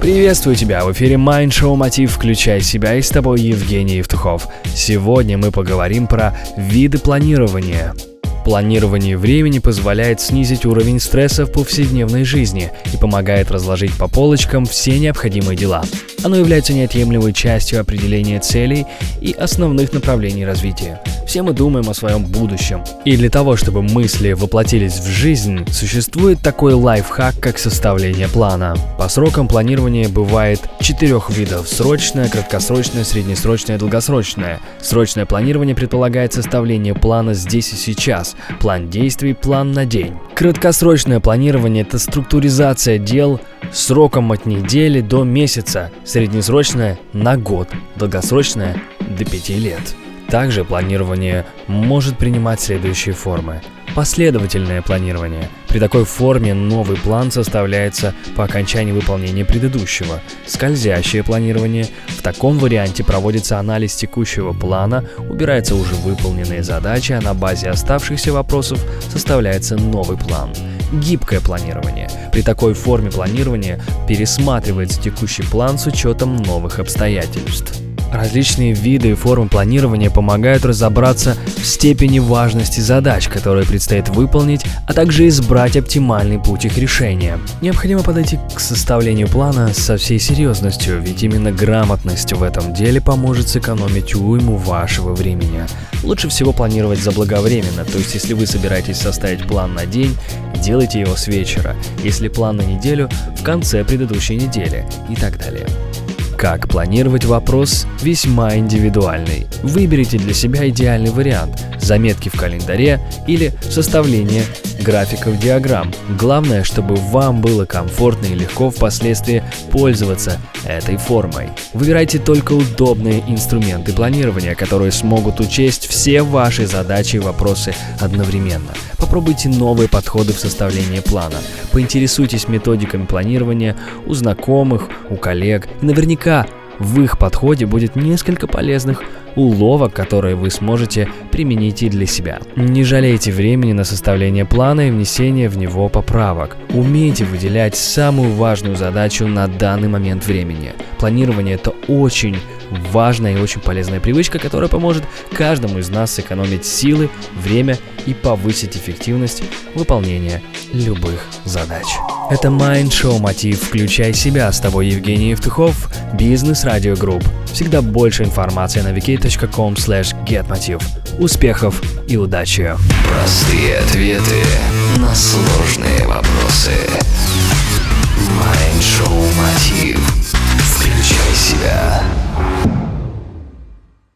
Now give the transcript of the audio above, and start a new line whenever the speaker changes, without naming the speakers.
Приветствую тебя, в эфире Mind Show Мотив «Включай себя» и с тобой Евгений Евтухов. Сегодня мы поговорим про виды планирования. Планирование времени позволяет снизить уровень стресса в повседневной жизни и помогает разложить по полочкам все необходимые дела. Оно является неотъемлемой частью определения целей и основных направлений развития. Все мы думаем о своем будущем. И для того, чтобы мысли воплотились в жизнь, существует такой лайфхак, как составление плана. По срокам планирования бывает 4 видов: срочное, краткосрочное, среднесрочное, долгосрочное. Срочное планирование предполагает составление плана здесь и сейчас, план действий, план на день. Краткосрочное планирование – это структуризация дел сроком от недели до месяца, среднесрочное – на год, долгосрочное – до 5 лет. Также планирование может принимать следующие формы. Последовательное планирование. При такой форме новый план составляется по окончании выполнения предыдущего. Скользящее планирование. В таком варианте проводится анализ текущего плана, убираются уже выполненные задачи, а на базе оставшихся вопросов составляется новый план. Гибкое планирование. При такой форме планирования пересматривается текущий план с учетом новых обстоятельств. Различные виды и формы планирования помогают разобраться в степени важности задач, которые предстоит выполнить, а также избрать оптимальный путь их решения. Необходимо подойти к составлению плана со всей серьезностью, ведь именно грамотность в этом деле поможет сэкономить уйму вашего времени. Лучше всего планировать заблаговременно, то есть если вы собираетесь составить план на день, делайте его с вечера, если план на неделю – в конце предыдущей недели и так далее. Как планировать вопрос весьма индивидуальный. Выберите для себя идеальный вариант – заметки в календаре или составление графиков диаграмм. Главное, чтобы вам было комфортно и легко впоследствии пользоваться этой формой. Выбирайте только удобные инструменты планирования, которые смогут учесть все ваши задачи и вопросы одновременно. Попробуйте новые подходы в составлении плана. Поинтересуйтесь методиками планирования у знакомых, у коллег. И наверняка в их подходе будет несколько полезных уловок, которые вы сможете применить и для себя. Не жалейте времени на составление плана и внесение в него поправок. Умейте выделять самую важную задачу на данный момент времени. Планирование – это очень важная и очень полезная привычка, которая поможет каждому из нас сэкономить силы, время и повысить эффективность выполнения любых задач. Это Mind Show Мотив «Включай себя», с тобой Евгений Евтухов, Бизнес Радио Групп. Всегда больше информации на vk.com/getmotiv. Успехов и удачи!
Простые ответы на сложные вопросы.